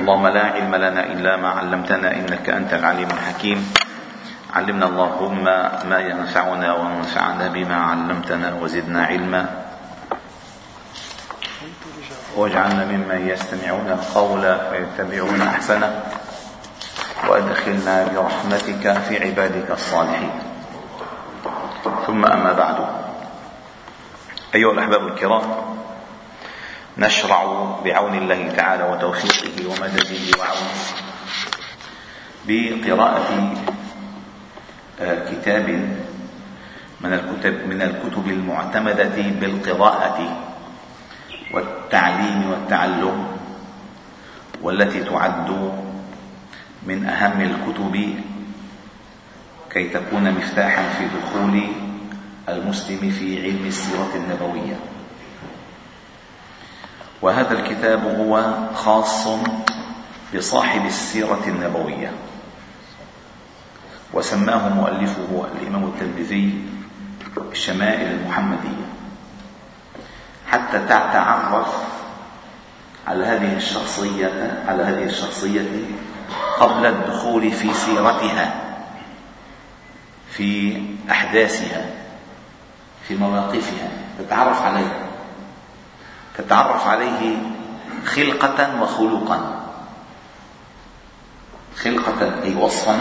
اللهم لا علم لنا إلا ما علمتنا إنك أنت العليم الحكيم. علمنا اللهم ما ينفعنا وانفعنا بما علمتنا وزدنا علما، واجعلنا ممن يستمعون القول فيتبعون أحسنه، وأدخلنا برحمتك في عبادك الصالحين. ثم أما بعد، أيها الأحباب الكرام، نشرع بعون الله تعالى وتوفيقه ومدده وعونه بقراءة كتاب من الكتب المعتمدة بالقراءة والتعليم والتعلم، والتي تعد من أهم الكتب كي تكون مفتاحا في دخول المسلم في علم السيرة النبوية. وهذا الكتاب هو خاص بصاحب السيرة النبوية، وسماه مؤلفه الإمام الترمذي الشمائل المحمدية، حتى تتعرف على هذه الشخصية قبل الدخول في سيرتها، في أحداثها، في مواقفها، تتعرف عليه خلقة وخلقا. خلقة أي وصفا،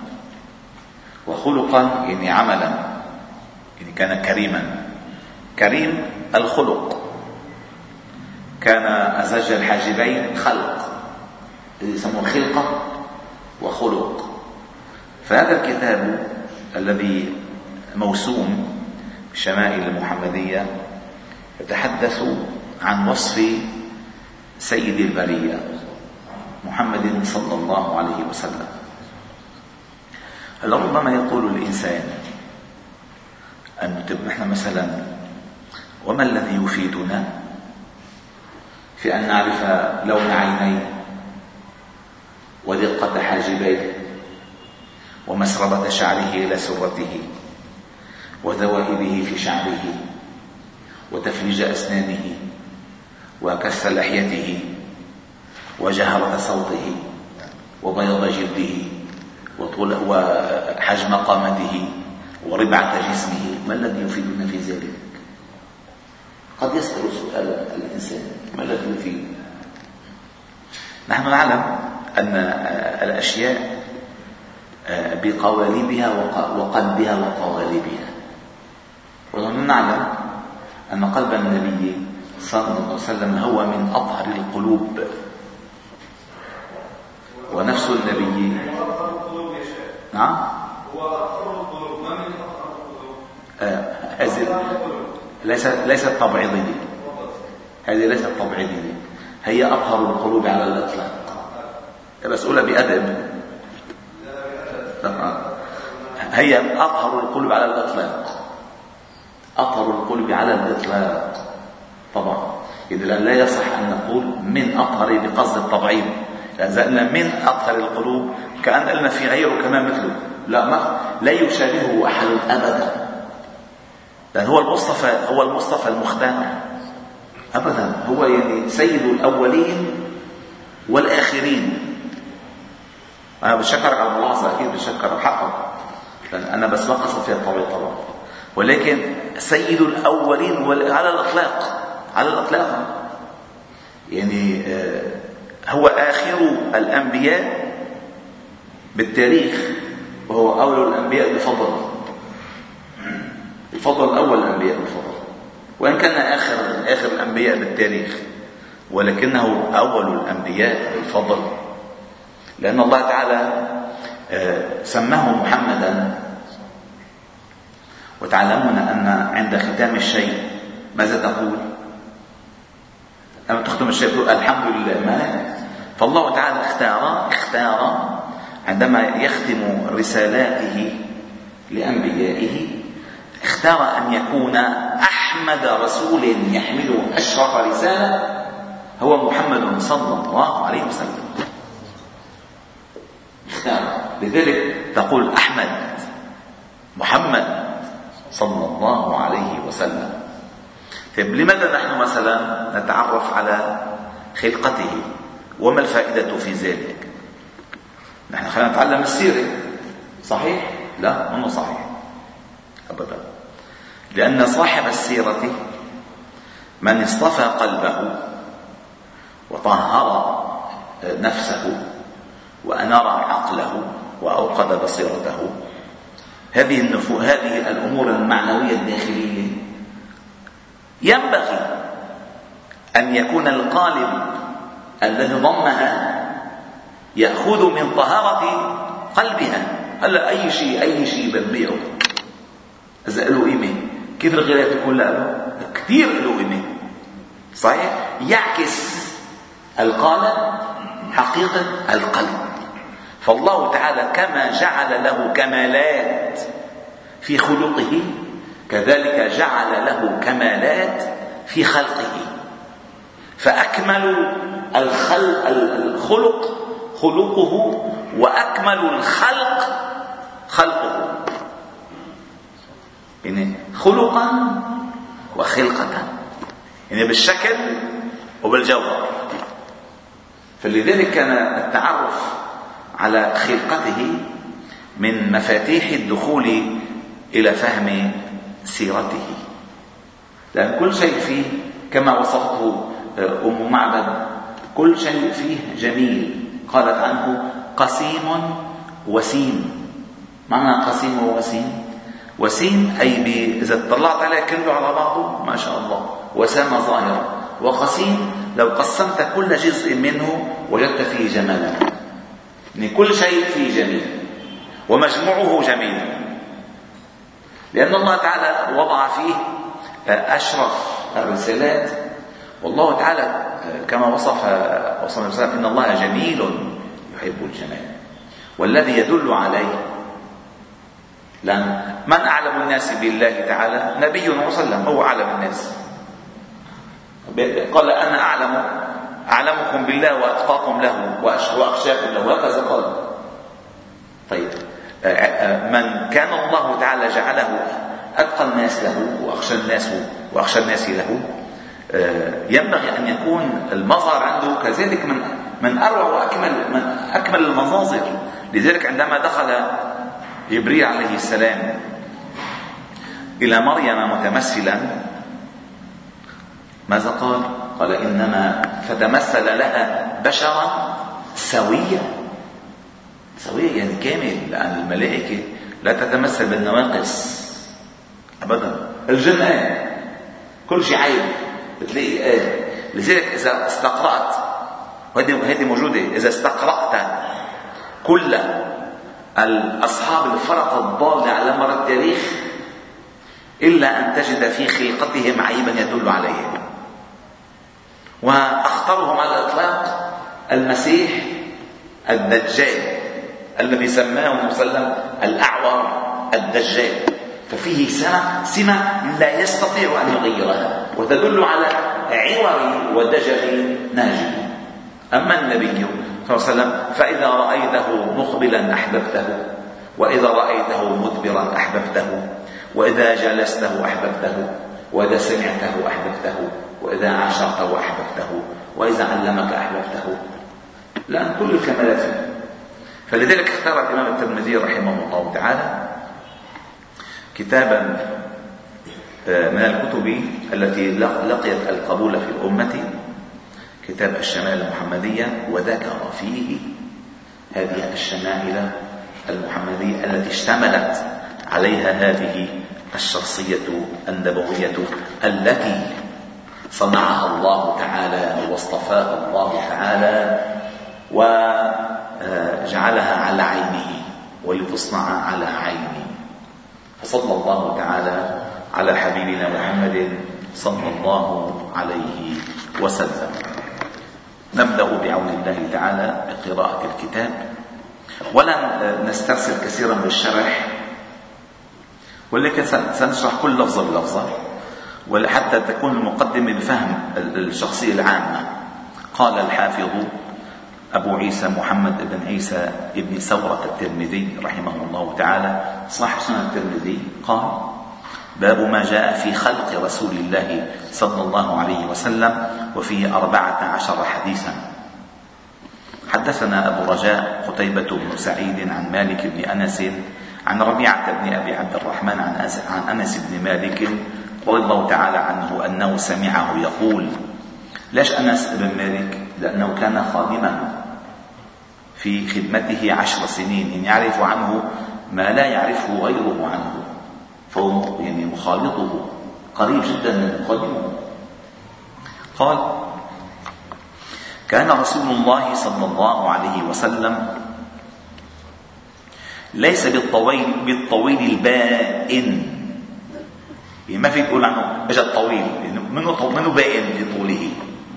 وخلقا يعني عملا، يعني كان كريما، كريم الخلق، كان أزج الحاجبين، خلق يسموه خلقة وخلق. فهذا الكتاب الذي موسوم بالشمائل المحمدية يتحدث عن وصف سيد البرية محمد صلى الله عليه وسلم. هل ربما يقول الإنسان أن نحن مثلا، وما الذي يفيدنا في أن نعرف لون عينيه ودقة حاجبيه ومسربة شعره إلى سرته وذوائبه في شعره وتفريج أسنانه وكث لحيته وجهرة صوته وبياض جلده وحجم قامته وربعة جسمه؟ ما الذي يفيدنا في ذلك؟ قد يسأل سؤال الإنسان: ما الذي يفيد؟ نحن نعلم أن الأشياء بقوالبها وقلبها وقوالبها، ونحن نعلم أن قلب النبي صلى الله عليه وسلم هو من أطهر القلوب، ونفس النبي نعم هو أطهر القلوب، ما من أطهر القلوب. ليست طبيعية، هذه ليست طبيعية، هي أطهر القلوب على الإطلاق. مسؤولة بأدب، هي أطهر القلوب على الإطلاق، أطهر القلوب على الإطلاق طبعا. إذا لا يصح أن نقول من أطهر بقصد التضعيف، لأن من أطهر القلوب كأن قلنا في غيره كمان مثله، لا يشابهه أحد أبدا، لأن هو المصطفى المختار أبدا، هو يعني سيد الأولين والآخرين. أنا بشكرك على الملاحظة، أكيد بشكر حقك، لأن أنا بس بقصد فيها طبعا، ولكن سيد الأولين على الإطلاق يعني هو آخر الأنبياء بالتاريخ، وهو أول الأنبياء بفضل أول الأنبياء بفضل، وإن كان آخر الأنبياء بالتاريخ، ولكنه أول الأنبياء بالفضل، لأن الله تعالى سماه محمدا. وتعلمون أن عند ختام الشيء ماذا تقول؟ لما تختم الشيء تقول الحمد لله. ما فالله تعالى اختار عندما يختم رسالاته لأنبيائه، اختار أن يكون أحمد رسول يحمل أشرف رسالة هو محمد صلى الله عليه وسلم. اختار، لذلك تقول أحمد محمد صلى الله عليه وسلم. طيب لماذا نحن مثلا نتعرف على خلقته وما الفائدة في ذلك؟ نحن خلينا نتعلم السيرة، صحيح؟ لا، منه صحيح أبدا، لأن صاحب السيرة من اصطفى قلبه وطهر نفسه وأنار عقله وأوقد بصيرته. هذه الأمور المعنوية الداخلية ينبغي أن يكون القالب الذي ضمها يأخذ من طهارة قلبها. هلا أي شيء بتبيعه إذا له قيمة، كيف الغلاف يكون له كثير له قيمة، صحيح؟ يعكس القالب حقيقة القلب. فالله تعالى كما جعل له كمالات في خلقه كذلك جعل له كمالات في خلقه. فأكمل الخلق خلقه، وأكمل الخلق خلقه، يعني خلقا وخلقة، يعني بالشكل وبالجوهر. فلذلك كان التعرف على خلقته من مفاتيح الدخول إلى فهم سيرته، لأن كل شيء فيه كما وصفته أم معبد، كل شيء فيه جميل. قالت عنه قسيم وسيم. معنى قسيم ووسيم؟ وسيم أي إذا اطلعت عليه كله على بعضه ما شاء الله وسام ظاهرة، وقسيم لو قسمت كل جزء منه وجدت فيه جمالا. يعني كل شيء فيه جميل ومجموعه جميل، لأن الله تعالى وضع فيه أشرف الرسالات. والله تعالى كما وصف الرسول إن الله جميل يحب الجمال، والذي يدل عليه، لأن من أعلم الناس بالله تعالى نبي وسلم، هو أعلم الناس. قال أنا أعلمكم بالله وأتقاكم له وأخشاكم له، هكذا قال. طيب، من كان الله تعالى جعله أتقى الناس له وأخشى الناس له، ينبغي أن يكون المظهر عنده كذلك من أروع وأكمل من أكمل المظاهر. لذلك عندما دخل جبريل عليه السلام إلى مريم متمثلا، ماذا قال؟ قال إنما فتمثل لها بشرا سويا يعني كامل، لأن الملائكة لا تتمثل بالنواقص أبدا. الجن كل شيء عيب بتلاقي لذلك إذا استقرأت، وهذه موجودة، إذا استقرأت كل الأصحاب الفرق الضالة على مر التاريخ إلا أن تجد في خلقتهم عيبا يدل عليه. وأخطرهم على الإطلاق المسيح الدجال الذي سماه وسلم الأعور الدجال، ففيه سمة لا يستطيع أن يغيرها وتدل على عور ودجل ناجي. أما النبي صلى الله عليه وسلم فإذا رأيته مقبلا أحببته، وإذا رأيته مدبرا أحببته، وإذا جلسته أحببته، وإذا سمعته أحببته، وإذا عاشرته أحببته، وإذا علمك أحببته، لأن كل الكمالات فيه. فلذلك اختار الإمام الترمذي رحمه الله تعالى كتابا من الكتب التي لقيت القبول في الأمة، كتاب الشمائل المحمدية، وذكر فيه هذه الشمائل المحمدية التي اشتملت عليها هذه الشخصية النبوية التي صنعها الله تعالى واصطفاها الله تعالى وجعلها على عينه ولتصنع على عينه. فصلى الله تعالى على حبيبنا محمد صلى الله عليه وسلم. نبدأ بعون الله تعالى بقراءة الكتاب، ولن نسترسل كثيرا بالشرح، ولكن سنشرح كل لفظة بلفظة ولحتى تكون المقدمة بفهم الشخصية العامة. قال الحافظ أبو عيسى محمد بن عيسى بن ثورة الترمذي رحمه الله تعالى صاحب سنن الترمذي قال: باب ما جاء في خلق رسول الله صلى الله عليه وسلم، وفيه 14 حديثا. حدثنا أبو رجاء قتيبة بن سعيد عن مالك بن أنس عن ربيعة بن أبي عبد الرحمن عن أنس بن مالك رضي الله تعالى عنه أنه سمعه يقول. ليش أنس بن مالك؟ لأنه كان خادما في خدمته 10 سنين، يعني يعرف عنه ما لا يعرفه غيره عنه، فهو يعني مخالطه قريب جدا من مخادمه. قال: كان رسول الله صلى الله عليه وسلم ليس بالطويل البائن، يعني ما في تقول عنه اجى الطويل، يعني منه بائن لطوله،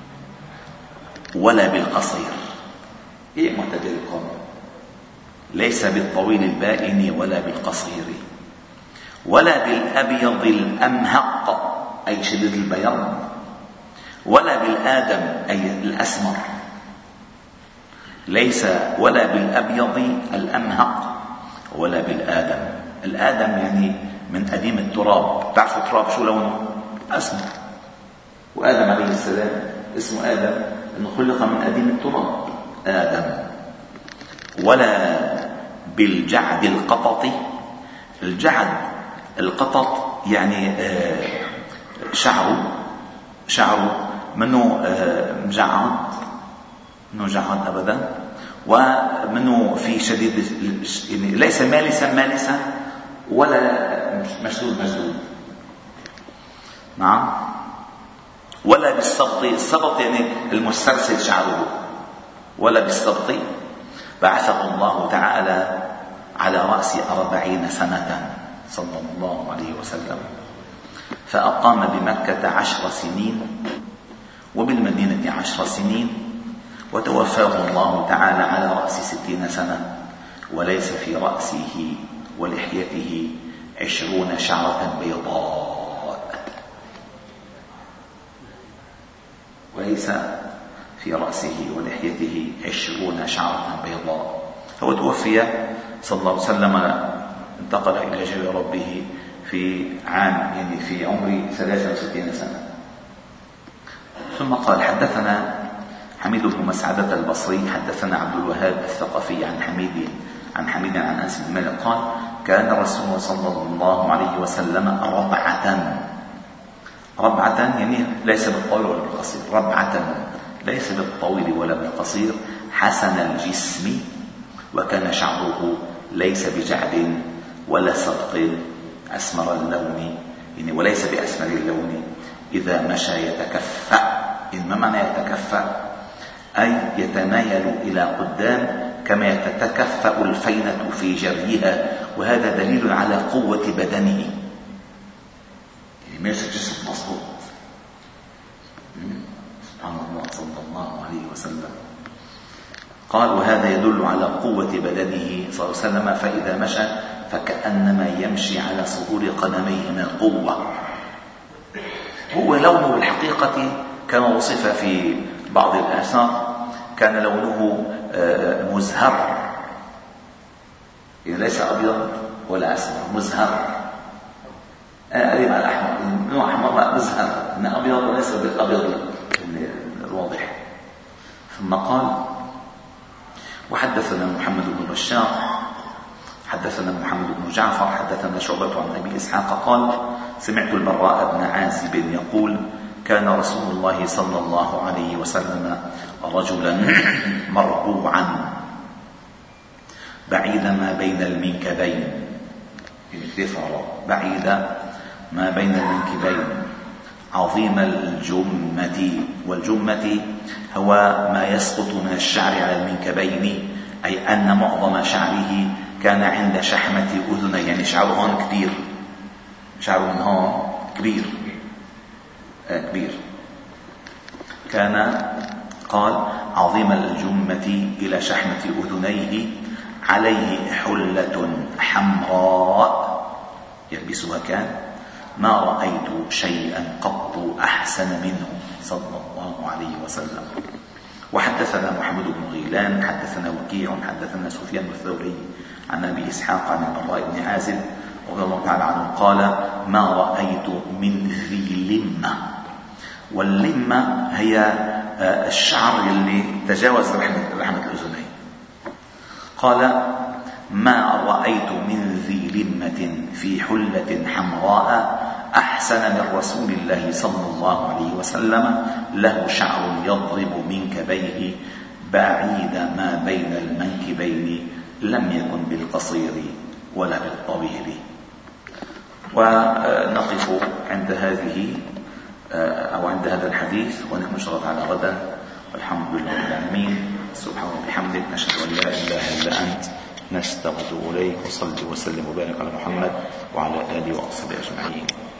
ولا بالقصير، ايه معتدل القوم، ليس بالطويل البائن ولا بالقصير، ولا بالأبيض الأمهق أي شديد البياض، ولا بالآدم أي الأسمر، ليس ولا بالأبيض الأمهق ولا بالآدم. الآدم يعني من أديم التراب، تعرفوا التراب شو لونه؟ أسمر، وآدم عليه السلام اسمه آدم لأنه خلق من أديم التراب آدم. ولا بالجعد القطط، الجعد القطط يعني شعره منه مجعد، منه جعد أبدا، ومنه في شديد، يعني ليس مالسا ولا مشدود. نعم. ولا بالسبط، السبط يعني المسترسل شعره، ولا بالسبط. بعثه الله تعالى على رأس 40 سنة صلى الله عليه وسلم، فأقام بمكة 10 سنين وبالمدينة 10 سنين، وتوفاه الله تعالى على رأس 60 سنة، وليس في رأسه ولحيته 20 شعرة بيضاء، وليس في رأسه ولحيته 20 شعرة بيضاء. هو توفي صلى الله عليه وسلم، انتقل إلى جوار ربه في عام، يعني في عمر 63 سنة. ثم قال: حدثنا حميد بن مسعدة البصري حدثنا عبد الوهاب الثقفي عن حميد عن أنس بن مالك قال: كان رسول صلى الله عليه وسلم ربعة يعني ليس بالطويل ولا بالقصير، ربعة ليس بالطويل ولا بالقصير، حسن الجسم، وكان شعره ليس بجعد ولا سبط، أسمر اللون، يعني وليس بأسمر اللون، إذا مشى يتكفأ. ما معنى يتكفأ؟ أي يتمايل إلى قدام كما تتكفأ الفينة في جريها، وهذا دليل على قوة بدنه، يعني ماشي جسم مضبوط. سبحان الله صلى الله عليه وسلم. قال: وهذا يدل على قوة بدنه صلى الله عليه وسلم، فإذا مشى فكأنما يمشي على صدور قدميه من القوة. هو لونه الحقيقة كما وصف في بعض الآثار، كان لونه مزهر، يعني ليس أبيض ولا أسمر، مزهر، قريب على الأحمر، نوع أحمر مزهر، إن أبيض وليس بالأبيض الواضح. ثم قال: وحدثنا محمد بن بشار حدثنا محمد بن جعفر حدثنا شعبة عن أبي إسحاق قال: سمعت البراء بن عازب يقول: كان رسول الله صلى الله عليه وسلم رجلا مربوعا بعيد ما بين المنكبين، بعيد ما بين المنكبين، عظيم الجمة، والجمة هو ما يسقط من الشعر على المنكبين، أي أن معظم شعره كان عند شحمة أذنيه، يعني شعره هون كبير، شعره من هون كبير. كان قال: عظيم الجمة إلى شحمة أذنيه، عليه حلة حمراء يلبسها، كان ما رأيت شيئا قط أحسن منه صلى الله عليه وسلم. وحدثنا محمد بن غيلان حدثنا وكيع حدثنا سفيان الثوري عن أبي إسحاق عن البراء بن عازب رضي الله تعالى عنه قال: ما رأيت من ذي لمة. واللمة هي الشعر اللي تجاوز رحمة الأذن، قال: ما رأيت من ذي لمة في حلة حمراء أحسن من رسول الله صلى الله عليه وسلم، له شعر يضرب منكبيه بعيد ما بين المنكبين، لم يكن بالقصير ولا بالطويل. ونقف عند هذا الحديث، ونكمل إن شاء الله تعالى غدا، والحمد لله رب العالمين. سبحانه وبحمدك، نشهد أن لا إله إلا أنت، نستغفرك إليك، وصلي وسلم وبارك على محمد وعلى آله وصحبه أجمعين.